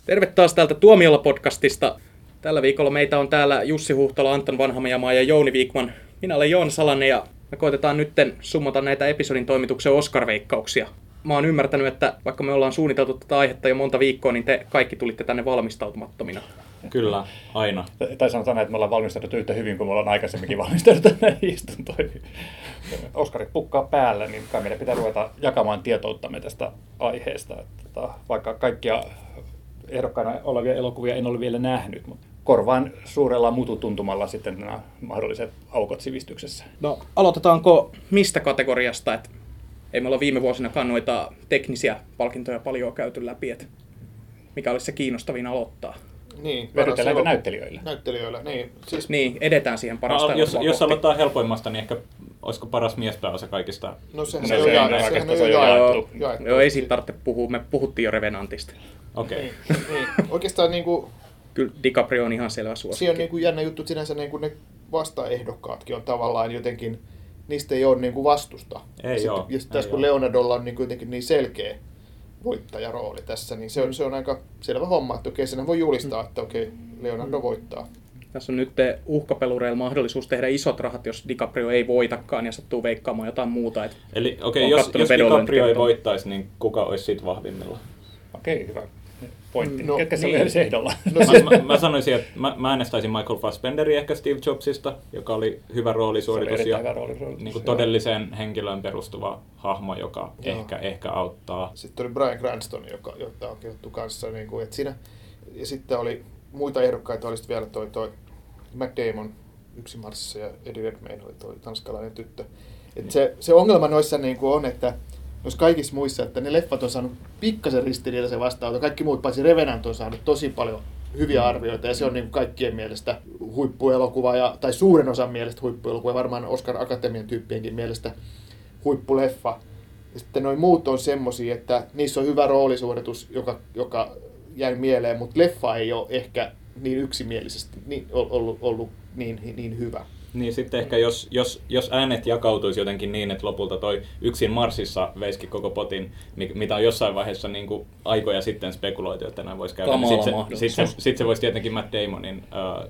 Terve taas täältä Tuomiolla-podcastista. Tällä viikolla meitä on täällä Jussi Huhtala, Anton Vanhamajamaa ja Jouni Viikman. Minä olen Joona Salanen ja me koitetaan nytten summata näitä episodin toimituksen Oscar-veikkauksia. Mä oon ymmärtänyt, että vaikka me ollaan suunniteltu tätä aihetta jo monta viikkoa, niin te kaikki tulitte tänne valmistautumattomina. Kyllä, aina. Tai sanotaan, että me ollaan valmistauduttu yhtä hyvin kuin me ollaan aikaisemminkin valmistauduttu näihin istuntoihin. Oskarit pukkaa päällä, niin kai meidän pitää ruveta jakamaan tietouttamme tästä aiheesta. Että vaikka kaikkia ehdokkaina olevia elokuvia en ole vielä nähnyt, mutta korvaan suurella mututuntumalla sitten nämä mahdolliset aukot sivistyksessä. No, aloitetaanko mistä kategoriasta? Et ei me olla viime vuosinakaan noita teknisiä palkintoja paljon käyty läpi, että mikä olisi se kiinnostavin aloittaa. Niin, Verrytelläänkö näyttelijöillä? Näyttelijöillä, niin. Siis... Niin, edetään siihen parasta jos aloittaa helpoimmasta, niin ehkä olisiko paras miespääosa kaikista? No sehän se on jo jaettu. Joo, ei siitä tarvitse puhua, me puhuttiin jo Revenantista. Okei. Niin. Oikeastaan niinku... Kyllä DiCaprio on ihan selvä suosikki. Siinä on niinku jännä juttu, että sinänsä niinku ne vastaehdokkaatkin on tavallaan jotenkin, niistä ei ole niinku vastusta. Ei ole. Ja sitten kun Leonardolla on niinku jotenkin niin selkeä voittajarooli tässä, niin se on aika selvä homma, että okei, senhän voi julistaa, että okei, Leonardo voittaa. Tässä on nyt uhkapelureilla mahdollisuus tehdä isot rahat, jos DiCaprio ei voitakaan ja sattuu veikkaamaan jotain muuta. Eli jos DiCaprio ei voittaisi, niin kuka olisi siitä vahvimmilla? Okei, hyvä pointti. No, ketkä se oli edes ehdolla? No, mä sanoisin, että mä äänestäisin Michael Fassbenderia ehkä Steve Jobsista, joka oli hyvä roolisuoritus ja niin kuin todelliseen henkilöön perustuva hahmo, joka ehkä auttaa. Sitten oli Bryan Cranston, jota on kehuttu kanssa. Niin kuin, että siinä, ja sitten oli muita ehdokkaita, oli vielä toi Matt Damon Yksi Marsissa ja Eddie Redmayne oli toi tanskalainen tyttö. Että se ongelma noissa niin kuin on, että noissa kaikissa muissa, että ne leffat on saanut pikkasen ristiriitaisen vastaanoton. Kaikki muut paitsi Revenant on saanut tosi paljon hyviä arvioita ja se on niin kuin kaikkien mielestä huippuelokuva, tai suuren osan mielestä huippuelokuva, varmaan Oscar Akatemian tyyppienkin mielestä huippuleffa. Ja sitten nuo muut on semmosia, että niissä on hyvä roolisuoritus, joka jäi mieleen, mutta leffa ei ole ehkä niin yksimielisesti ollut niin hyvä. Niin sitten ehkä jos äänet jakautuisi jotenkin niin, että lopulta toi Yksin Marsissa veiski koko potin, mitä on jossain vaiheessa niin kuin aikoja sitten spekuloitu, että nämä voisi käydä, niin sitten se voisi tietenkin Matt Damonin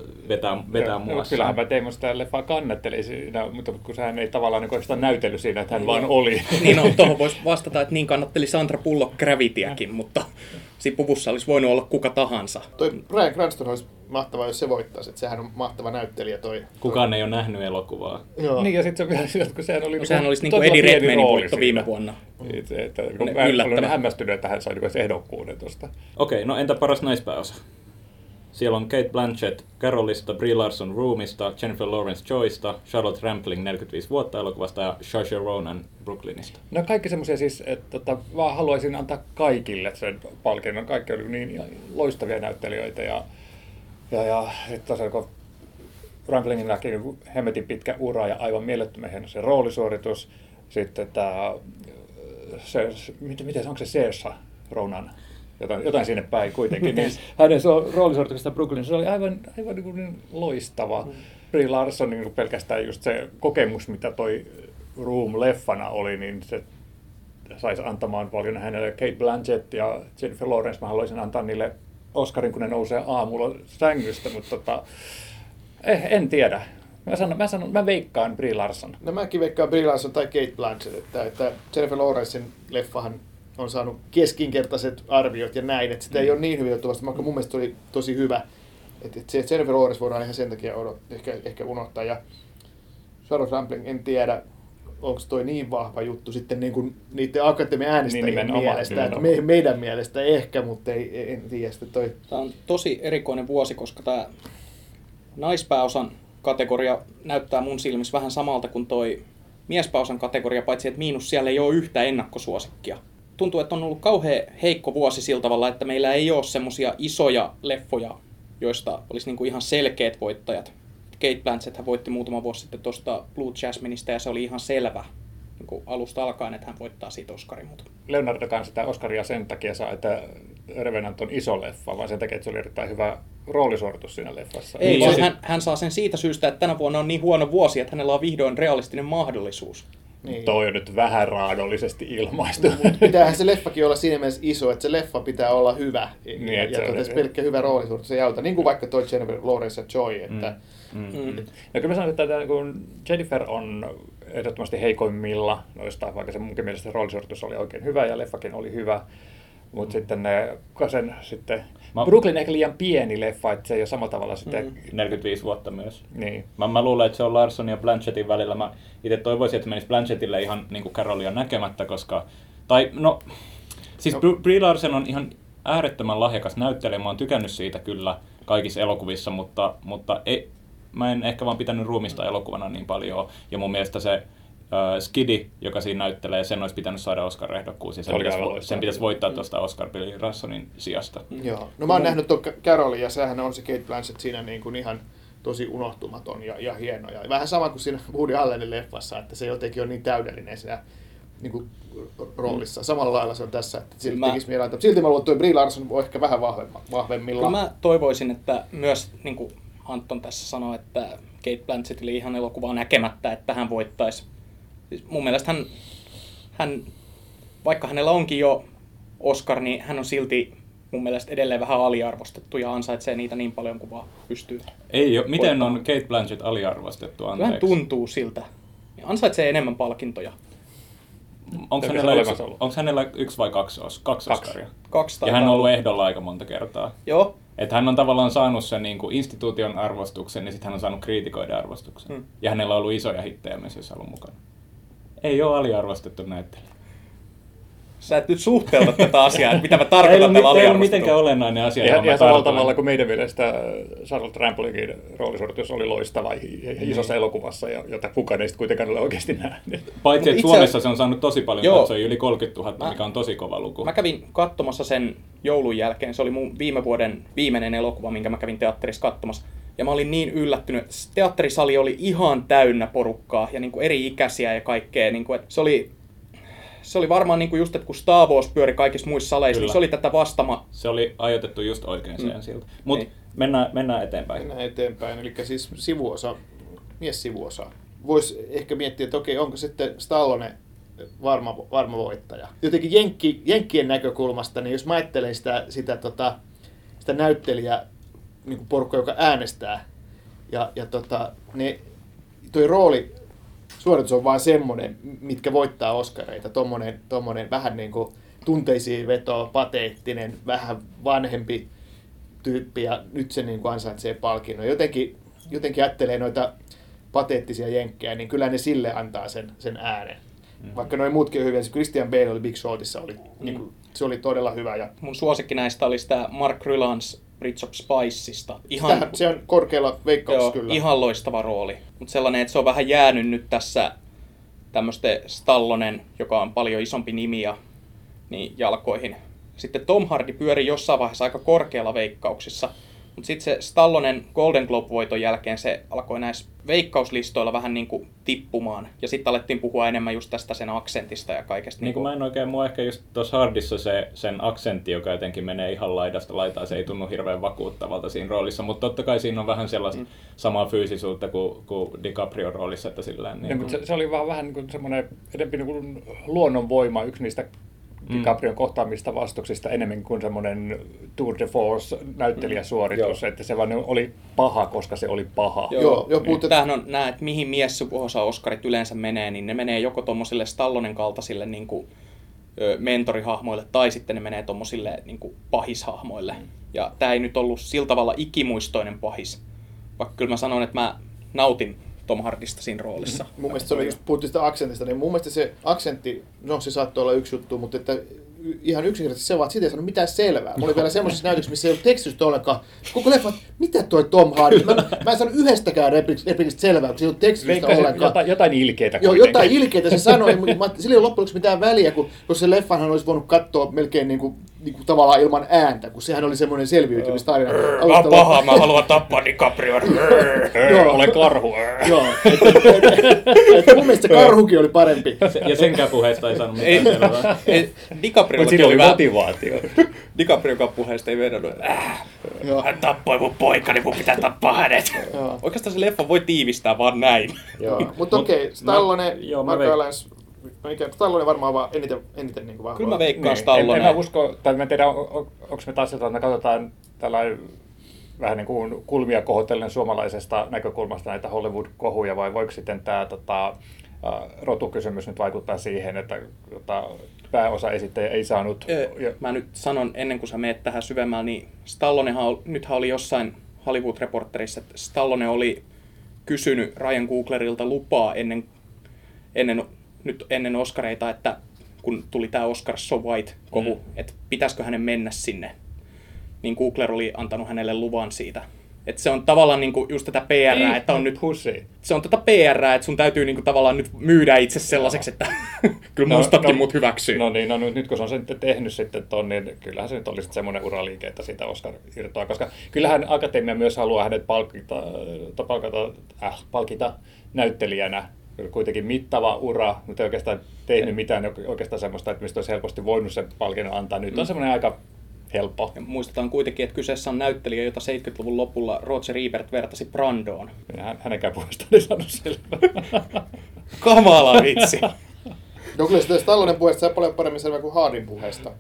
vetää muassa. Kyllähän Matt Damon sitä leffaa kannatteli siinä, mutta kun sehän ei tavallaan niin oikeastaan näytellyt siinä, että hän vaan oli. Niin no, tuohon voisi vastata, että niin kannatteli Sandra Bullock Gravityäkin, mutta siinä puvussa olisi voinut olla kuka tahansa. Toi Bryan Cranston olisi mahtavaa, jos se voittaisi, että sehän on mahtava näyttelijä Kukaan ei ole nähnyt elokuvaa. Joo. Niin ja sitten se vielä kun sehän oli sehän olisi niin kuin Eddie Redmaynin voitto viime vuonna. Mä olen hämmästynyt, että hän sai ehdokkuuden tuosta. Okei, no entä paras naispääosa? Siellä on Cate Blanchett Carolista, Brie Larson Roomista, Jennifer Lawrence Joysta, Charlotte Rampling 45 vuotta elokuvasta ja Saoirse Ronan Brooklynista. No kaikki semmoisia siis, että vaan haluaisin antaa kaikille sen palkinnon. Kaikki oli niin loistavia näyttelijöitä ja sitten tosiaan kun Ramplingin hemmetin pitkä ura ja aivan mielettömän hieno se roolisuoritus. Sitten onko se Saoirse Ronan? Jotain sinne päin kuitenkin. Niin hänen roolisuorituksesta Brooklynissa oli aivan niin loistava. Brie Larson niin pelkästään just se kokemus, mitä toi Room-leffana oli, niin se saisi antamaan paljon hänelle. Cate Blanchett ja Jennifer Lawrence, mä haluaisin antaa niille Oscarin, kun ne nousee aamulla sängystä, mutta en tiedä. Mä veikkaan Brie Larson. No mäkin veikkaan Brie Larson tai Cate Blanchett, että Jennifer Lawrencen leffahan on saanut keskinkertaiset arviot ja näin, että sitä ei ole niin hyvin tuosta, mutta mun mielestä oli tosi hyvä. Että se Jennifer Lawrence voidaan ihan sen takia ehkä unohtaa. Ja Charlotte Rampling, en tiedä, onko toi niin vahva juttu sitten niin kuin niiden akatemian äänestäjien mielestä. Että meidän mielestä ehkä, mutta en tiedä sitten toi. Tämä on tosi erikoinen vuosi, koska tämä naispääosan kategoria näyttää mun silmissä vähän samalta kuin toi miespääosan kategoria, paitsi että miinus siellä ei ole yhtä ennakkosuosikkia. Tuntuu, että on ollut kauhean heikko vuosi sillä tavalla, että meillä ei ole semmoisia isoja leffoja, joista olisi niinku ihan selkeät voittajat. Cate Blanchett voitti muutama vuosi sitten tuosta Blue Jasmineista ja se oli ihan selvä niin alusta alkaen, että hän voittaa siitä Oscarin. Leonardokaan sitä Oscaria sen takia saa, että Revenant on iso leffa, vaan sen takia, että se oli erittäin hyvä roolisuoritus siinä leffassa. Ei, hän saa sen siitä syystä, että tänä vuonna on niin huono vuosi, että hänellä on vihdoin realistinen mahdollisuus. Niin. Toi on nyt vähän raadollisesti ilmaistu. Pitäähän se leffakin olla siinä mielessä iso, että se leffa pitää olla hyvä. Niin, ja se pelkkä hyvä roolisuoritus ei auta. Niin kuin vaikka toi Jennifer Lawrence ja Joy. Että... No kyllä mä sanon, että kun Jennifer on ehdottomasti heikoimmilla noista, vaikka se munkin mielestä roolisuoritus oli oikein hyvä ja leffakin oli hyvä. Mutta sitten sitten Brooklyn ehkä liian pieni leffa, että se ei ole samalla tavalla sitten... 45 vuotta myös. Niin. Mä luulen, että se on Larson ja Blanchettin välillä. Mä itse toivoisin, että menisi Blanchettille ihan niin kuin Carolia näkemättä, koska... Brie Larson on ihan äärettömän lahjakas näyttelijä. Mä oon tykännyt siitä kyllä kaikissa elokuvissa, mutta mä en ehkä vaan pitänyt ruumista elokuvana niin paljon. Ja mun mielestä se Skidi, joka siinä näyttelee, sen olisi pitänyt saada Oscar-ehdokkuus ja sen pitäisi voittaa tuosta Oscar Billy Russonin sijasta. Joo. No mä oon nähnyt tuon Carolin ja sehän on se Cate Blanchett siinä niin kuin ihan tosi unohtumaton ja hieno. Ja vähän sama kuin siinä Woody Allenin leffassa, että se jotenkin on niin täydellinen siinä niin kuin roolissa. Samalla lailla se on tässä, että silti tekisi mieleen. Silti mä luulen, että Brie Larson voi ehkä vähän vahvemmilla. Mä toivoisin, että myös niin kuin Anton tässä sanoi, että Cate Blanchettille ihan elokuvaa näkemättä, että hän voittaisi. Siis mun mielestä hän, vaikka hänellä onkin jo Oscar, niin hän on silti mun mielestä edelleen vähän aliarvostettu ja ansaitsee niitä niin paljon kuin vaan pystyy. Ei ole. Miten on Cate Blanchett aliarvostettu? Anteeksi. Vähän tuntuu siltä. Ansaitsee enemmän palkintoja. Onko hänellä yksi vai kaksi Oscaria? Kaksi. Ja hän on ollut ehdolla aika monta kertaa. Joo. Että hän on tavallaan saanut sen niin kuin instituution arvostuksen ja sitten hän on saanut kriitikoiden arvostuksen. Ja hänellä on ollut isoja hittejä myös, jos ollut mukana. Ei ole aliarvostettu näyttelijä. Sä et nyt suhteuta tätä asiaa, että mitä mä tarkoitan tällä aliarvostettu. Ei ole mitenkään olennainen asia. Ja samalla tavalla kuin meidän mielestä Charlotte Rampolikin roolisuoritus oli loistava isossa elokuvassa, jota kukaan ei sitten kuitenkaan ole oikeasti nähnyt. Paitsi, että Suomessa se on saanut tosi paljon katsojia, yli 30 000, mikä on tosi kova luku. Mä kävin katsomassa sen joulun jälkeen. Se oli mun viime vuoden viimeinen elokuva, minkä mä kävin teatterissa katsomassa. Ja mä olin niin yllättynyt, että teatterisali oli ihan täynnä porukkaa ja niin kuin eri ikäisiä ja kaikkea. Niin kuin, että se oli varmaan niin kuin just, että kun Star Wars pyöri kaikissa muissa saleissa, niin se oli tätä Se oli ajoitettu just oikein sen siltä. Mutta mennään eteenpäin. Mennään eteenpäin, eli siis sivuosa, miessivuosa. Voisi ehkä miettiä, että okei, onko sitten Stallone varma voittaja. Jotenkin jenkkien näkökulmasta, niin jos mä ajattelen sitä näyttelijää, niin kuin porukka, joka äänestää, toi rooli, suoritus on vaan semmoinen, mitkä voittaa Oscareita, tommonen vähän niin kuin tunteisiin vetoa, pateettinen, vähän vanhempi tyyppi, ja nyt se niin kuin ansaitsee palkinnon. Jotenkin ajattelee noita pateettisia jenkkejä, niin kyllä ne sille antaa sen äänen. Vaikka noin muutkin on hyviä, se Christian Bale oli Big Shortissa, niin kuin, se oli todella hyvä. Ja... Mun suosikki näistä oli sitä Mark Rylance Bridge of Spicesista. Se on korkealla veikkauksessa kyllä. Ihan loistava rooli. Mutta sellainen, että se on vähän jäänyt nyt tässä tämmöisten Stallonen, joka on paljon isompi nimi, niin jalkoihin. Sitten Tom Hardy pyöri jossain vaiheessa aika korkealla veikkauksissa. Mutta sitten se Stallonen Golden Globe-voiton jälkeen se alkoi näissä veikkauslistoilla vähän niin kuin tippumaan. Ja sitten alettiin puhua enemmän just tästä sen aksentista ja kaikesta. Niin kuin mä en oikein, mua ehkä just tuossa Hardissa sen aksentti, joka jotenkin menee ihan laidasta laitaan, se ei tunnu hirveän vakuuttavalta siinä roolissa. Mutta totta kai siinä on vähän sellaista samaa fyysisuutta kuin DiCaprio roolissa. Että silleen, niin kuin... se oli vähän niin kuin semmoinen edempi niin kuin luonnonvoima, yksi niistä DiCaprion kohtaamista vastuksista enemmän kuin semmoinen tour de force näyttelijäsuoritus, että se vaan oli paha, koska se oli paha. Joo. Tämähän on nämä, että mihin miessukuosa Oscarit yleensä menee, niin ne menee joko tommosille Stallonen kaltaisille niin kuin mentorihahmoille, tai sitten ne menee tommosille niin kuin pahishahmoille. Ja tämä ei nyt ollut sillä tavalla ikimuistoinen pahis, vaikka kyllä mä sanon, että mä nautin Tom Hardista siinä roolissa. Mun mielestä se oli, just puhuttiin sitä aksentista, niin mun mielestä se aksentti, no se saattoi olla yksi juttu, mutta että ihan yksinkertaisesti se vaan, että siitä ei saanut mitään selvää. Mulla oli vielä semmoisessa näytöksessä, missä ei ollut tekstitystä ollenkaan. Koko leffa, mitä toi Tom Hardy? Mä en saanut yhdestäkään replikistä selvää, kun se ei ollut tekstitystä ollenkaan. Jotain ilkeitä kuitenkin. Joo, jotain ilkeitä se sanoi, mutta sillä ei ole loppujen lopuksi mitään väliä, kun se leffanhan olisi voinut katsoa melkein niin kuin niinku tavallaan ilman ääntä, kun sehän oli semmoinen selviytymistarina. Paha, mä haluan tappaa DiCaprio. Olen karhu. Joo, mun mielestä se karhukin oli parempi. Ja senkään puheesta ei saanut mitään selvää. DiCaprio Siinä oli motivaatio. DiCapriokaan puheesta ei vedonnut. Hän tappoi mun poikani, mun pitää tappaa hänet. Oikeastaan se leffa voi tiivistää vaan näin. Mutta okei, Stallone, Mark Rylance, Stallone varmaan vaan eniten niin vahvaa. Kyllä mä veikkaan Stallone. En mä usko, tai mä en tiedä, onko me taas jotain, me katsotaan tällainen vähän niin kuin kulmia kohotellen suomalaisesta näkökulmasta näitä Hollywood-kohuja, vai voiko sitten tämä rotukysymys nyt vaikuttaa siihen, että pääosa esittäjä ei saanut... Mä nyt sanon, ennen kuin sä meet tähän syvemmällä, niin nythän oli jossain Hollywood-reporterissa, että Stallone oli kysynyt Ryan Cooglerilta lupaa ennen Oscareita, että kun tuli tämä Oscar So White-kohu, että pitäisikö hänen mennä sinne, niin Coogler oli antanut hänelle luvan siitä. Että se on tavallaan niinku just tätä PR:ää, että on nyt se on tätä PR:ää, että sun täytyy niinku tavallaan nyt myydä itse sellaiseksi, että kyllä mustatkin mut hyväksyy. No niin, nyt kun se on sen tehnyt sitten ton, niin kyllähän se nyt olisi semmoinen uraliike, että siitä Oscar irtoaa, koska kyllähän Akatemia myös haluaa hänet palkita näyttelijänä. Kuitenkin mittava ura, mutta ei oikeastaan tehnyt mitään oikeastaan semmoista, että mistä olisi helposti voinut sen palkinnon antaa. Nyt on semmoinen aika helppo. Ja muistetaan kuitenkin, että kyseessä on näyttelijä, jota 70-luvun lopulla Roger Ebert vertasi Brandoon. Hänenkään puheestaan ei saanut selvää. Kamala vitsi. No kyllä sitä Stallonen puheesta saa paljon paremmin selvä kuin Hardin puheesta.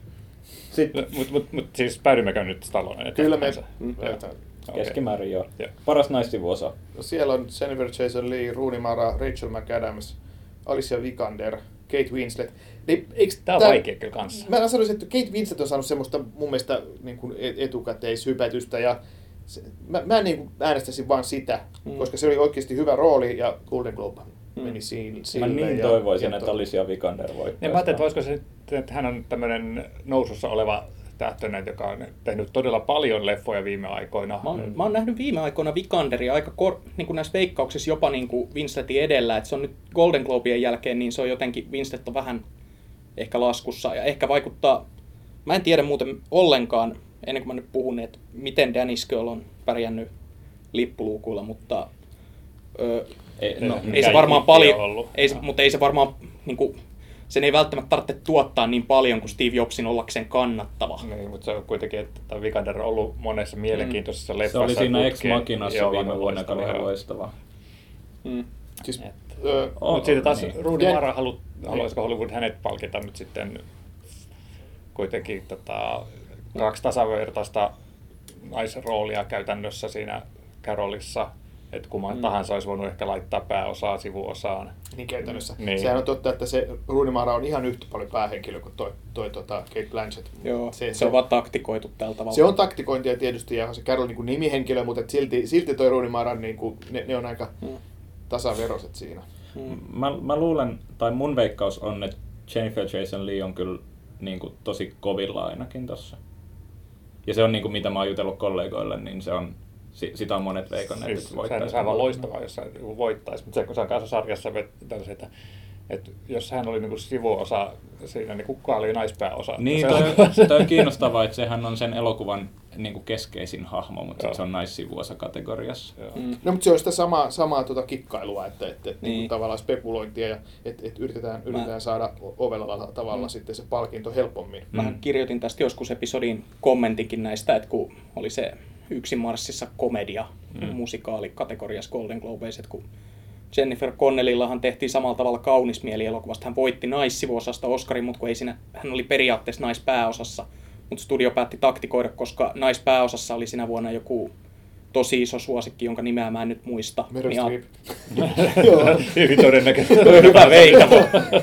Mutta siis päädymmekö nyt Stalloneen? Kyllä me... Keskimäärin joo. Paras naissivuosa. Siellä on Jennifer Jason Leigh, Rooney Mara, Rachel McAdams, Alicia Vikander, Kate Winslet. Tämä on vaikea kyllä kanssa. Mä sanoisin, että Kate Winslet on saanut semmoista mun mielestä niin kuin etukäteishypätystä ja mä niin kuin äänestäisin vaan sitä, koska se oli oikeasti hyvä rooli ja Golden Globe meni sille. Mä niin toivoisin, että Alicia Vikander voittaa. Mä ajattelin, että voisiko se, että hän on tämmöinen nousussa oleva tähtöinen, joka on tehnyt todella paljon leffoja viime aikoina. Mä oon nähnyt viime aikoina Vikanderia aika niin kuin näissä veikkauksissa jopa niin kuin Winsletin edellä, että se on nyt Golden Globien jälkeen, niin se on jotenkin, Winslet on vähän ehkä laskussa ja ehkä vaikuttaa, mä en tiedä muuten ollenkaan, ennen kuin mä nyt puhun, että miten Danish Girl on pärjännyt lippuluukuilla, mutta ei se varmaan paljon, mutta ei se varmaan niin kuin, sen ei välttämättä tarvitse tuottaa niin paljon kuin Steve Jobsin ollakseen kannattava. Niin, mutta se on kuitenkin, että Vikander on ollut monessa mielenkiintoisessa leffassa. Se oli siinä Ex Machinassa viime vuonna, joka oli loistava. Siis, mutta siitä taas Rooney Mara haluaisiko Hollywood hänet palkita nyt sitten kuitenkin 2 tasavertaista naisroolia käytännössä siinä Carolissa. Että kumman tahansa olisi voinut ehkä laittaa pääosaa sivuosaan. Niin käytännössä. Niin. Sehän on totta, että se Rooney Mara on ihan yhtä paljon päähenkilö kuin toi Kate Blanchett. Joo, se on vaan taktikoitu tällä tavalla. Se on taktikointia tietysti ja se Carol niin kuin nimihenkilö, mutta silti toi Rooney Mara, niin kuin, ne on aika tasaveroiset siinä. Mä luulen, tai mun veikkaus on, että Jennifer Jason Leigh on kyllä niin kuin tosi kovilla ainakin tossa. Ja se on niin kuin mitä mä oon jutellut kollegoille, niin se on sitä on monet veikonneet, siis, että voittaisi. Se on aivan loistavaa, jos voittaisi, mutta se kun se on kanssa sarjassa, että jos hän oli niinku sivuosa siinä, niin kuka oli naispääosa. Niin, toi on kiinnostavaa, että sehän on sen elokuvan niinku keskeisin hahmo, mutta se on naissivuosa kategoriassa. No, mutta se on sitä samaa kikkailua, että niin. tavallaan spekulointia ja että yritetään saada ovella tavalla sitten se palkinto helpommin. Mä kirjoitin tästä joskus episodin kommentinkin näistä, että kun oli se Yksin marssissa komedia musikaalikategoriassa Golden Globes, että kun Jennifer Connellillahan tehtiin samalla tavalla Kaunis mieli -elokuvasta. Hän voitti naissivuosasta Oscarin, mutta kun ei siinä, hän oli periaatteessa naispääosassa, mutta studio päätti taktikoida, koska naispääosassa oli siinä vuonna joku tosi iso suosikki, jonka nimeä mä en nyt muista. Meryl Streep. Hyvin todennäköisesti. Hyvä veikata.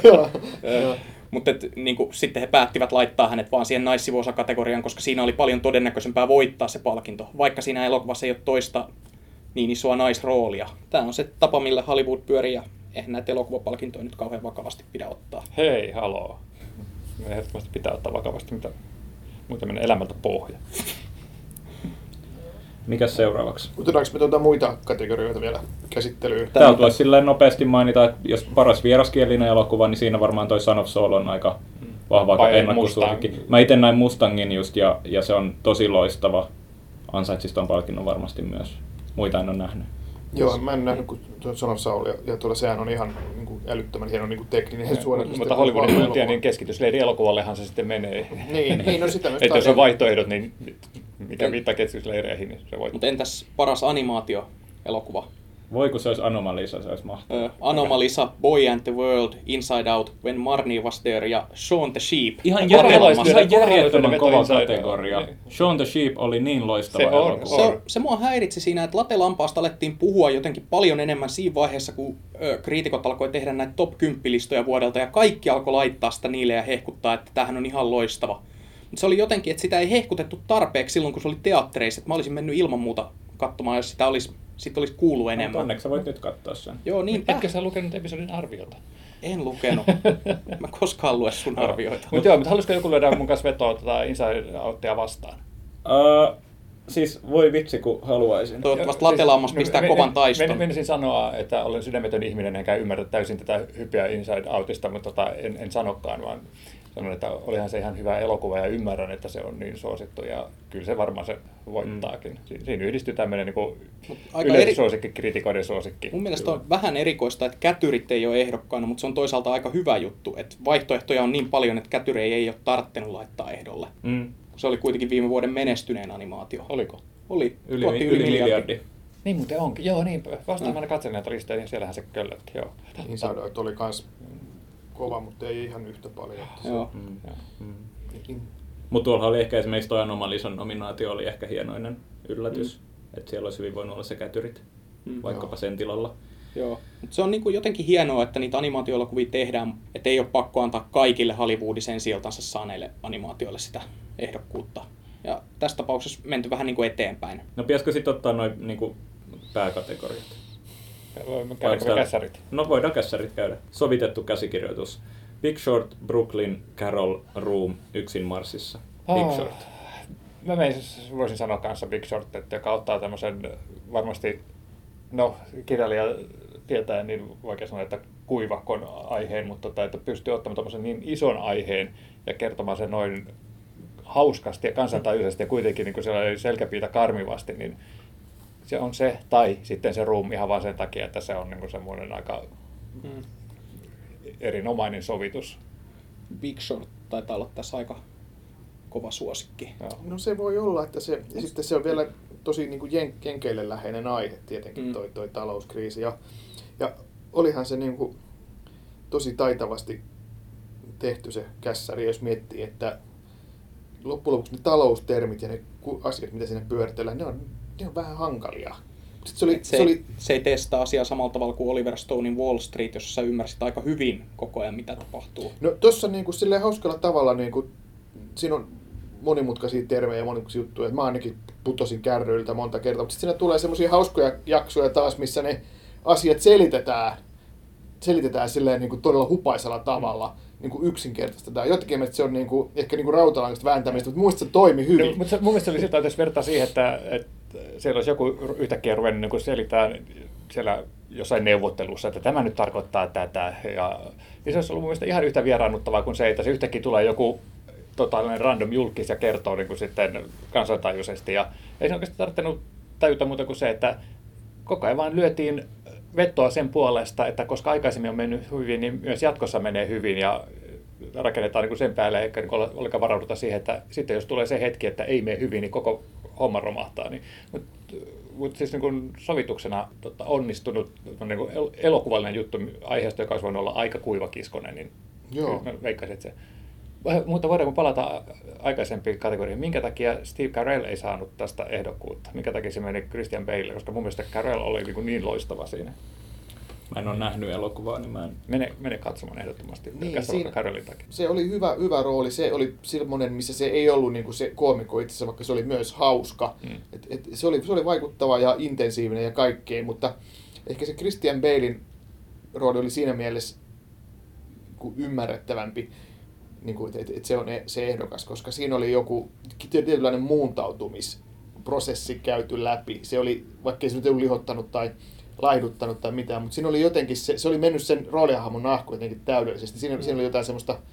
Mutta niin sitten he päättivät laittaa hänet vaan siihen naissivuosakategoriaan, koska siinä oli paljon todennäköisempää voittaa se palkinto, vaikka siinä elokuvassa ei ole toista niin isoa naisroolia. Tämä on se tapa, millä Hollywood pyörii, ja eihän näitä elokuvapalkintoja nyt kauhean vakavasti pidä ottaa. Hei, haloo. Ehdottomasti pitää ottaa vakavasti, mitä muuten menee elämältä pohja. Mikäs seuraavaksi? Otetaanko me muita kategorioita vielä käsittelyyn? Täällä voisi silleen nopeasti mainita, että jos paras vieraskielinen elokuva, niin siinä varmaan toi Son of Saul on vahvaa ennakkosuosikki. Mä itse näin Mustangin just ja se on tosi loistava. Ansaitsisi ton palkinnon varmasti myös. Muita en ole nähnyt. Joo, mä en nähnyt, kun Son of Saul ja tuolla sehän on ihan niin kuin älyttömän hieno niin kuin tekninen suoritus. Mutta Hollywoodin tuntia, niin keskitysleiri elokuvallehan se sitten menee. Niin, no sitä myös. Että jos on vaihtoehdot, niin mikä viittaa keskitysleireihin, niin se voi. Mutta entäs paras animaatio-elokuva? Voi kun se olisi Anomalisa, se olisi mahtavaa. Anomalisa, Boy and the World, Inside Out, When Marnie Was There ja Shaun the Sheep. Ihan järjettömän kova kategoria. Shaun the Sheep oli niin loistava elokuva. Se mua häiritsi siinä, että Latte-lampaasta alettiin puhua jotenkin paljon enemmän siinä vaiheessa, kun kriitikot alkoi tehdä näitä top 10-listoja vuodelta ja kaikki alkoi laittaa sitä niille ja hehkuttaa, että tämähän on ihan loistava. Mutta se oli jotenkin, että sitä ei hehkutettu tarpeeksi silloin, kun se oli teattereissa. Mä olisin mennyt ilman muuta katsomaan, jos sitä olisi kuullut enemmän. Onneksi sä voit nyt katsoa sen. Joo, niinpä. Etkö sä lukenut episodin arviota? En lukenut. Mä koskaan lue sun arvioita. Mutta haluaisiko joku lyödä mun kanssa vetoa Inside Outia vastaan? Siis voi vitsi, kun haluaisin. Toivottavasti Latelammas pistää kovan taiston. Menisin sanoa, että olen sydämetön ihminen enkä ymmärrä täysin tätä hypeä Inside Outista, mutta en sanokaan, vaan sanon, että olihan se ihan hyvä elokuva ja ymmärrän, että se on niin suosittu ja kyllä se varmaan se voittaakin. Siinä yhdistyy tämmöinen niin yleisösuosikki, kritikoiden suosikki. Mun mielestä on vähän erikoista, että kätyrit ei ole ehdokkaana, mutta se on toisaalta aika hyvä juttu. Että vaihtoehtoja on niin paljon, että kätyrei ei ole tarttunut laittaa ehdolle. Se oli kuitenkin viime vuoden menestyneen animaatio. Oliko? Oli. Yli miljardi. Niin muuten onkin. Joo, niin. Vastaan mä katselin näitä listoja, niin siellähän se köllötti. Joo. Inside Out oli kans kova, mutta ei ihan yhtä paljon. Joo. Mutta tuolla oli ehkä esimerkiksi toi Anomalisan nominaatio oli ehkä hienoinen yllätys. Että siellä olisi hyvin voinut olla se kätyrit, vaikkapa sen tilalla. Joo, mutta se on niin kuin jotenkin hienoa, että niitä animaatioelokuvia tehdään, että ei ole pakko antaa kaikille Hollywoodisen sieltansa saaneille animaatioille sitä ehdokkuutta. Ja tässä tapauksessa menty vähän niin kuin eteenpäin. No pitäisikö sitten ottaa noin niin pääkategoriat? Käydäänkö kässärit? No voidaan kässärit käydä. Sovitettu käsikirjoitus. Big Short, Brooklyn, Carol, Room, Yksin Marsissa. Big Short. Mä voisin sanoa kanssa Big Short, että joka ottaa tämmöisen varmasti, no kirjailija tietää, niin vaikea sanoa, että kuivakon aiheen, mutta että pystyy ottamaan tämmöisen niin ison aiheen ja kertomaan sen noin hauskasti ja kansantajuisesti ja kuitenkin niin siellä selkäpiitä karmivasti, niin se on se, tai sitten se Room ihan vaan sen takia, että se on niin semmoinen aika erinomainen sovitus. Big Short taitaa olla tässä aika kova suosikki. No se voi olla, että se, ja sitten se on vielä tosi niin kuin jenkeille läheinen aihe tietenkin toi talouskriisi. Ja olihan se niin kuin tosi taitavasti tehty se kässäri, jos miettii, että loppujen lopuksi ne taloustermit ja ne asiat, mitä siinä pyöritellään, ne on vähän hankalia. Se ei testaa asiaa samalla tavalla kuin Oliver Stonein Wall Street, jossa sä ymmärsit aika hyvin koko ajan, mitä tapahtuu. No tossa niin kuin silleen hauskalla tavalla, niin kuin, siinä on monimutkaisia termejä ja monimutkaisia juttuja. Mä ainakin putosin kärryiltä monta kertaa, mutta siinä tulee semmoisia hauskoja jaksoja taas, missä ne asiat selitetään silleen niin kuin todella hupaisella tavalla. Niin kuin yksinkertaista. Jotenkin mielestä se on niin kuin, ehkä niin kuin rautalangasta vääntämistä, mutta muista se toimi hyvin. No, mutta mun mielestä oli sitä, että jos vertaa siihen, että siellä olisi joku yhtäkkiä ruvennut niin selittämään siellä jossain neuvottelussa, että tämä nyt tarkoittaa tätä. Ja se olisi ollut mun mielestä ihan yhtä vieraannuttavaa kuin se, että se yhtäkkiä tulee joku totaalinen random julkis ja kertoo niin kuin sitten kansantajuisesti. Ja ei se oikeasti tarvinnut tajuta muuta kuin se, että koko ajan vaan lyötiin vetoa sen puolesta, että koska aikaisemmin on mennyt hyvin, niin myös jatkossa menee hyvin ja rakennetaan niin sen päälle, eikä niin ollenkaan varauduta siihen, että sitten jos tulee se hetki, että ei mene hyvin, niin koko homma romahtaa. Niin, mutta siis niin kuin sovituksena onnistunut niin kuin elokuvallinen juttu aiheesta, joka olisi voinut olla aika kuivakiskonen, niin mä veikkaisin, että se. Mutta voidaanko palata aikaisempiin kategorioihin? Minkä takia Steve Carell ei saanut tästä ehdokkuutta? Minkä takia se meni Christian Bale? Koska mun mielestä Carell oli niin loistava siinä. Mä en ole nähnyt elokuvaa, niin mä en... Mene katsomaan ehdottomasti. Niin, siinä, Carellin takia. Se oli hyvä rooli. Se oli semmoinen, missä se ei ollut niin kuin se koomikko itse, vaikka se oli myös hauska. Se oli vaikuttava ja intensiivinen ja kaikkea, mutta ehkä se Christian Balein rooli oli siinä mielessä ymmärrettävämpi. Niin kuin, että se on se ehdokas, koska siinä oli joku tietynlainen muuntautumisprosessi käyty läpi. Se oli, vaikka ei se nyt ollut lihottanut tai laihduttanut tai mitään, mutta siinä oli jotenkin, se oli mennyt sen roolihahmon nahkuun jotenkin täydellisesti. Siinä oli jotain semmoista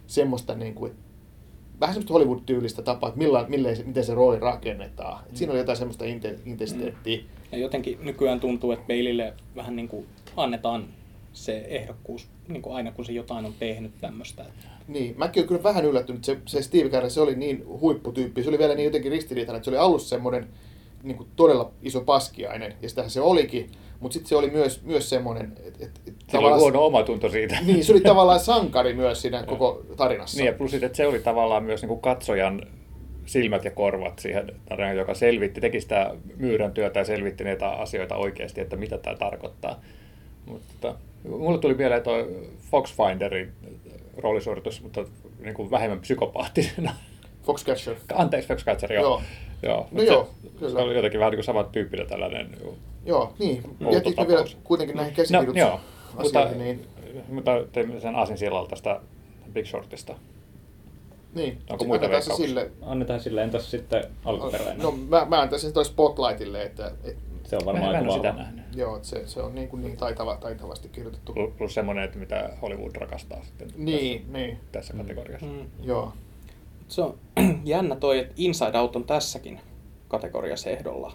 semmoista niin kuin, vähän semmoista Hollywood-tyylistä tapaa, että miten se rooli rakennetaan. Et siinä oli jotain semmoista intensiteettiä. Ja jotenkin nykyään tuntuu, että Balelle vähän niin kuin annetaan se ehdokkuus niin kuin aina, kun se jotain on tehnyt tämmöistä. Niin, mäkin olen kyllä vähän yllättynyt, se Steve Carell, se oli niin huipputyyppi, se oli vielä niin jotenkin ristiriitainen, että se oli alussa semmoinen niin kuin todella iso paskiainen, ja sitähän se olikin, mutta sitten se oli myös semmoinen, että sillä oli huono omatunto siitä. Niin, se oli tavallaan sankari myös siinä koko tarinassa. Niin, ja plus että se oli tavallaan myös niin kuin katsojan silmät ja korvat siihen tarinaan, joka teki sitä myyrän työtä ja selvitti niitä asioita oikeasti, että mitä tämä tarkoittaa. Mutta mulle tuli mieleen tuo Foxfinderin roolisuoritus, mutta niin kuin vähemmän psykopaattisena. Foxcatcher. Anteeksi, Foxcatcher, joo. No joo, kyllä. Se oli jotenkin vähän niin kuin samantyyppinen tällainen. Joo, niin. Jätitkö vielä kuitenkin näihin käsikirjoitusasioihin? Mutta tein sen aasinsillalta tästä Big Shortista. Niin, onko muita veikkauksia? Annetaan sille, entäs sitten alkuperäinen? No mä antaisin toi Spotlightille, että se on varmaan aika sitä nähnyt. Joo, se on niin taitavasti kirjoitettu. Plus semmoinen, että mitä Hollywood rakastaa sitten tässä kategoriassa. Joo. Se on jännä toi, että Inside Out on tässäkin kategoriassa ehdolla.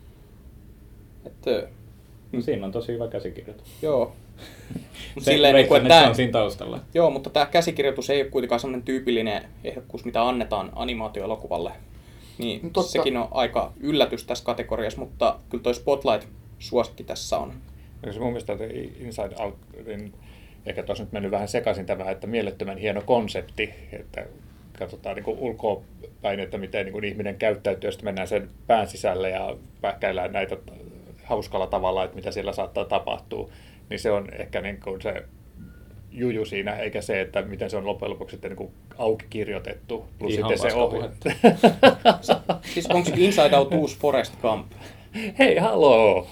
No, siinä on tosi hyvä käsikirjoitus. Joo. Silleen, niin kuin, että on siinä taustalla. Joo, mutta tämä käsikirjoitus ei ole kuitenkaan sellainen tyypillinen ehdokkuus, mitä annetaan animaatioelokuvalle. Niin sekin on aika yllätys tässä kategoriassa, mutta kyllä toi Spotlight-suosikki tässä on. Mun mielestä Inside Out, niin ehkä tuossa nyt mennyt vähän sekaisin tämä, että mielettömän hieno konsepti, että katsotaan niin ulkopäin, että miten niin ihminen käyttäytyy, sitten mennään sen pään sisälle ja pähkäillään näitä hauskalla tavalla, että mitä siellä saattaa tapahtua, niin se on ehkä niin kuin se juju siinä, eikä se, että miten se on loppujen lopuksi sitten niin kuin auki kirjoitettu. Plus ihan sitten se siis onko Inside Out uusi Forrest Gump? Hei, haloo!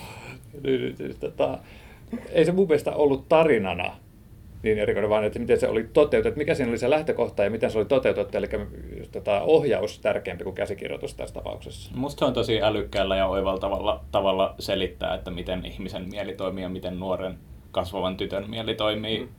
Ei se mun mielestä ollut tarinana niin erikoinen, vaan että miten se oli toteutettu, mikä siinä oli se lähtökohta ja miten se oli toteutettu, eli ohjaus tärkeämpi kuin käsikirjoitus tässä tapauksessa. Musta se on tosi älykkäällä ja oivaltavalla tavalla selittää, että miten ihmisen mieli toimii ja miten nuoren kasvavan tytön mieli toimii.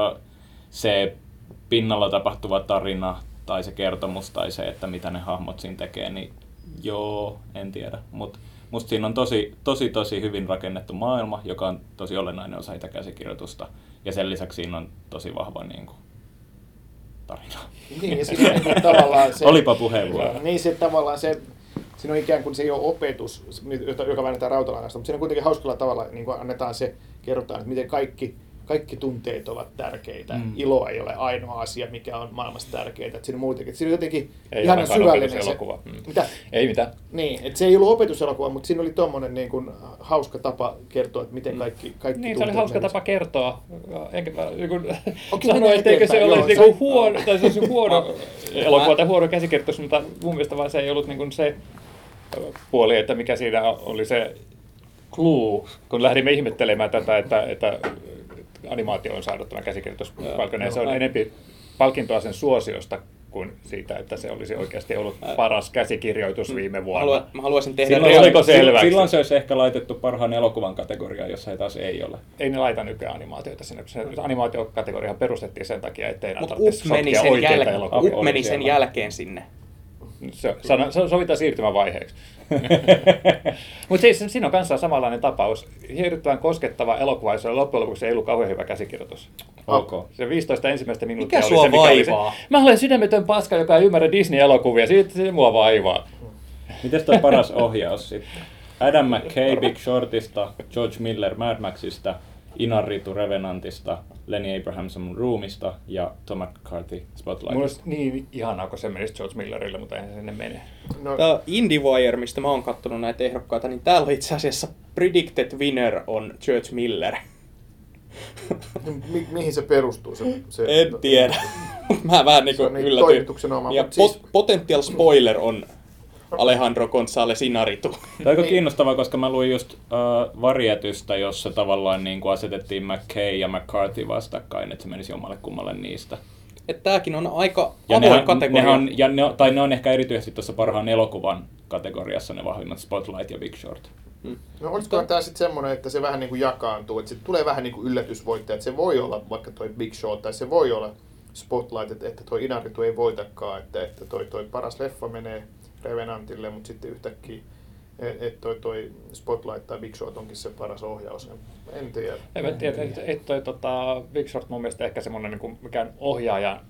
Se pinnalla tapahtuva tarina tai se kertomus tai se, että mitä ne hahmot siinä tekee, niin joo, en tiedä. Mutta musta siinä on tosi hyvin rakennettu maailma, joka on tosi olennainen osa sitä käsikirjoitusta. Ja sen lisäksi siinä on tosi vahva niin kuin, tarina. Niin, ja siinä on tavallaan se... Olipa puheenvuoro. Niin, se tavallaan se... Siinä on ikään kuin se ei ole opetus, joka väännetään rautalangasta, mutta siinä on kuitenkin hauskalla tavalla, niin kuin annetaan se, kerrotaan, että miten kaikki tunteet ovat tärkeitä. Ilo ei ole ainoa asia, mikä on maailmassa tärkeää. Että siinä on muutenkin. Siinä on jotenkin ihan syvällinen se... Mitä? Ei mitään. Niin, että se ei ollut opetuselokuva, mutta siinä oli tommonen niin kuin hauska tapa kertoa, että miten kaikki niin, se oli hauska tapa kertoa. Enkä sanoa, etteikö se ole niinku huono, tai se olisi huono elokuva tai huono käsikirjoitus, mutta mun mielestä vaan se ei ollut niin se puoli, että mikä siinä oli se clue, kun lähdimme ihmettelemään tätä, että animaatio on saanut tämän käsikirjoituspalkinnon. Se on enempi palkintoa sen suosiosta kuin siitä, että se olisi oikeasti ollut paras käsikirjoitus viime vuonna. Mä haluaisin tehdä silloin se olisi ehkä laitettu parhaan elokuvan kategoriaan, jossa ei taas ei ole. Ei ne laita nykyään animaatioita sinne. Se animaatiokategoria perustettiin sen takia, ettei enää tarvitse sotkea oikeita elokuvia. Up meni sen jälkeen sinne. Sovitaan siirtymävaiheeksi. Mutta siis siinä on kanssa samanlainen tapaus. Hirvittävän koskettava elokuva, jossa loppujen lopuksi ei ollut kauhean hyvä käsikirjoitus. Okay. Se 15 ensimmäistä minuuttia mikä oli se, mikä vaivaa? Mä olen sydämetön paska, joka ei ymmärrä Disney-elokuvia. Siitä se mua vaivaa. Mites toi paras ohjaus sitten? Adam McKay Big Shortista, George Miller Mad Maxista, Inarritu Revenantista, Lenny Abrahamson Roomista ja Tom McCarthy Spotlightista. Mulla olisi niin ihanaa, kun se menisi George Millerille, mutta eihän sinne mene. No. Tämä IndieWire, mistä mä oon katsonut näitä ehdokkaita, niin täällä on itse asiassa predicted winner on George Miller. Mihin se perustuu? En tiedä. Mä vähän niin kuin yllätyin. Ja potential spoiler on Alejandro González Iñárritu. Tämä on kiinnostavaa, koska mä luin just Varietystä, jossa tavallaan niin kuin asetettiin McKay ja McCarthy vastakkain, että se menisi jommalle kummalle niistä. Että tämäkin on aika avoin kategoria. Ne on ehkä erityisesti tuossa parhaan elokuvan kategoriassa ne vahvimmat Spotlight ja Big Short. No olisikohan tämä sitten semmoinen, että se vähän niin kuin jakaantuu, että se tulee vähän niin kuin yllätysvoittaja, että se voi olla vaikka toi Big Short tai se voi olla Spotlight, että toi Inarritu ei voitakaan, että toi paras leffa menee Revenantille, mutta sitten yhtäkkiä että toi Spotlight tai Big Short onkin se paras ohjaus. En tiedä. En mä tiedä, että toi Big Short mun mielestä ehkä semmoinen niin mikään ohjaaja,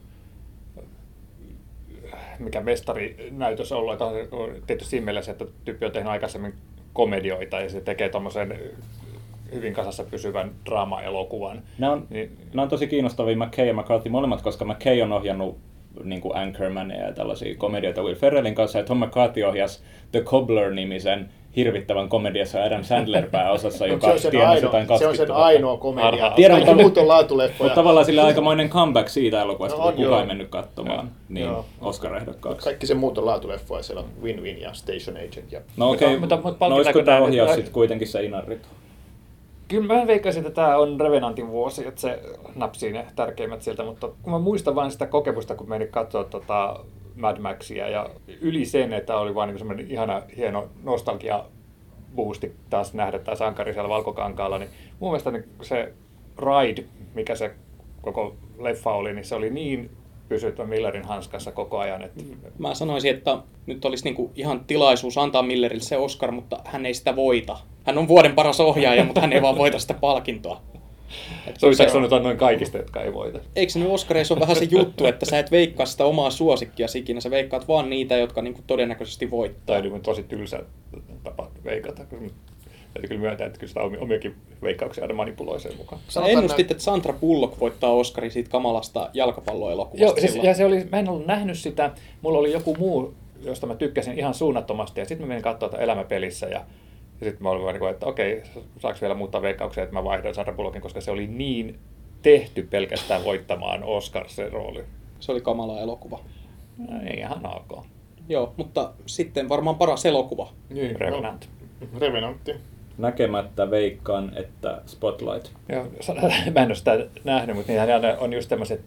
mikä mestarinäytös on ollut, että on tietysti siinä mielessä, että tyyppi on tehnyt aikaisemmin komedioita ja se tekee tommosen hyvin kasassa pysyvän draama-elokuvan. Nämä on tosi kiinnostavia McKay ja McCarthy molemmat, koska McKay on ohjannut niin kuin Anchormania ja tällaisia komedioita Will Ferrellin kanssa, ja Tom McCarthy ohjasi The Cobbler-nimisen hirvittävän komediassa Adam Sandler pääosassa, joka tienasi jotain 20 000. Se on sen ainoa komedia. Kaikki muut on laatuleffoja. Mutta tavallaan sillä aikamoinen comeback siitä elokuvasta, kun kukaan ei mennyt katsomaan niin Oscar-ehdokkaaksi. Kaikki sen muut on laatuleffoja, siellä on Win-Win ja Station Agent. Ja... No okei, no olisiko tämä ohjaus sitten kuitenkin se Inarritu? Kyllä mä veikkaisin, että tämä on Revenantin vuosi, että se napsii ne tärkeimmät sieltä, mutta kun mä muistan vain sitä kokemusta, kun menin katsoa Mad Maxia ja yli sen, että oli vain niin semmoinen ihana, hieno nostalgia-boosti taas nähdä tämä sankari siellä valkokankaalla, niin mun mielestä niin se ride, mikä se koko leffa oli, niin se oli niin pysyttävä Millerin hanskassa koko ajan. Että... Mä sanoisin, että nyt olisi niinku ihan tilaisuus antaa Millerille se Oscar, mutta hän ei sitä voita. Hän on vuoden paras ohjaaja, mutta hän ei vaan voita sitä palkintoa. Soitaanko sanotaan noin kaikista, jotka ei voita? Eikö se nyt Oscareissa ole vähän se juttu, että sä et veikkaa sitä omaa suosikkia ikinä, sä veikkaat vaan niitä, jotka niinku todennäköisesti voittaa. Tai tosi tylsä tapa veikata. Täytyy kyllä myöntää, että kyllä sitä omiakin veikkauksia aina manipuloi sen mukaan. Sä ennustit, että Sandra Bullock voittaa Oscarin siitä kamalasta jalkapalloelokuvasta. Joo, ja se oli, mä en ollut nähnyt sitä. Mulla oli joku muu, josta mä tykkäsin ihan suunnattomasti. Ja sitten mä menin katsoa Elämäpelissä. Ja sitten mä olin vaan niin kuin, että okei, saako vielä muuttaa veikkauksia, että mä vaihdoin Sandra Bullockin, koska se oli niin tehty pelkästään voittamaan Oscar se rooli. Se oli kamala elokuva. Ei ihan ok. Joo, mutta sitten varmaan paras elokuva. Niin, Revenant. Revenantti. Näkemättä veikkaan, että Spotlight. Joo, mä en ole sitä nähnyt, mutta niinhän on just tämmöiset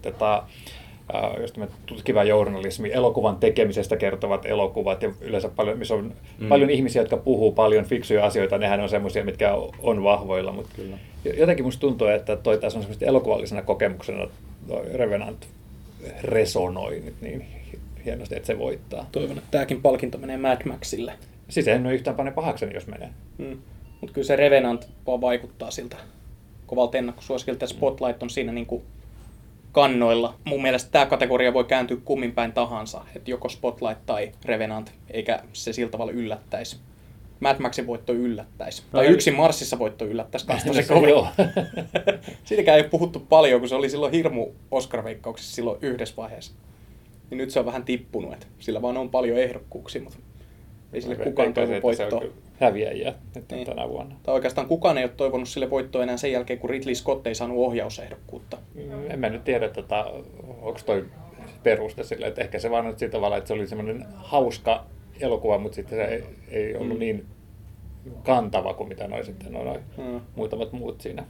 just tutkiva journalismi, elokuvan tekemisestä kertovat elokuvat ja yleensä paljon, missä on paljon ihmisiä, jotka puhuu paljon fiksuja asioita, nehän on semmoisia, mitkä on vahvoilla, mutta kyllä. Jotenkin musta tuntuu, että toi taas on semmoista elokuvallisena kokemuksena Revenant resonoi nyt niin hienosti, että se voittaa. Toivon, että tämäkin palkinto menee Mad Maxille. Siis en ole yhtään pane pahakseni, jos menee. Mutta kyllä se Revenant vaan vaikuttaa siltä kovalta ennakkosuosikilta, ja Spotlight on siinä niin kuin kannoilla. Mun mielestä tämä kategoria voi kääntyä kummin päin tahansa, että joko Spotlight tai Revenant, eikä se sillä tavalla yllättäisi. Mad Maxin voitto yllättäisi. Tai Yksin Marsissa voitto yllättäisi kanssa tosi kovin. Siitäkään ei ole puhuttu paljon, kun se oli silloin hirmu Oscar-veikkauksissa silloin yhdessä vaiheessa. Niin nyt se on vähän tippunut, että sillä vaan on paljon ehdokkuuksia, mutta ei sille kukaan toivon voittoa. Häviäjiä niin. Tänä vuonna. Tai oikeastaan kukaan ei ole toivonut sille voittoa enää sen jälkeen, kun Ridley Scott ei saanut ohjausehdokkuutta. En mä nyt tiedä, onko toi peruste sille, että ehkä se vaan on sillä tavalla, että se oli semmoinen hauska elokuva, mutta sitten se ei ollut niin kantava kuin mitä noi sitten on muutamat muut siinä.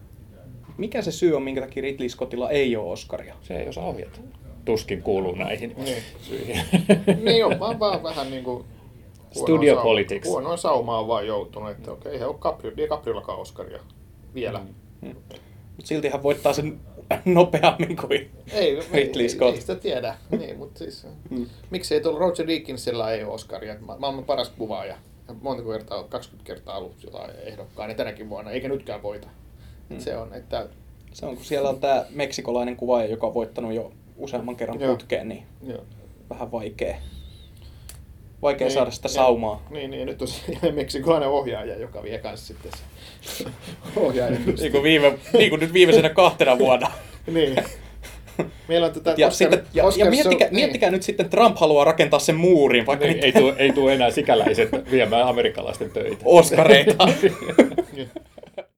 Mikä se syy on, minkä takia Ridley Scottilla ei ole Oscaria? Se ei osaa ohjata. Tuskin kuuluu näihin syihin. Niin on, vaan vähän niin kuin Studio politics. Huonoin saumaan vaan joutunut, että okei, ei ole DiCapriollakaan Oscaria vielä. Mutta silti hän voittaa sen nopeammin kuin Ridley Scott. Ei sitä tiedä, niin, mutta siis miksei tuolla Roger Deakinsilla ei ole Oscaria, maailman paras kuvaaja. Monta kertaa, 20 kertaa ollut jotain ehdokkaan, ja tänäkin vuonna, eikä nytkään voita. Se on, kun siellä on tämä meksikolainen kuvaaja, joka on voittanut jo useamman kerran putkeen, niin vähän vaikea niin, saada sitä saumaa. Niin, nyt on meksikolainen ohjaaja, joka vie kanssa sitten se ohjaaja. niin kuin nyt viimeisenä 2 vuonna. Niin. Meillä on tätä miettikää nyt sitten, Trump haluaa rakentaa sen muurin, vaikka ei tule enää sikäläiset viemään amerikkalaisten töitä. Oskareita.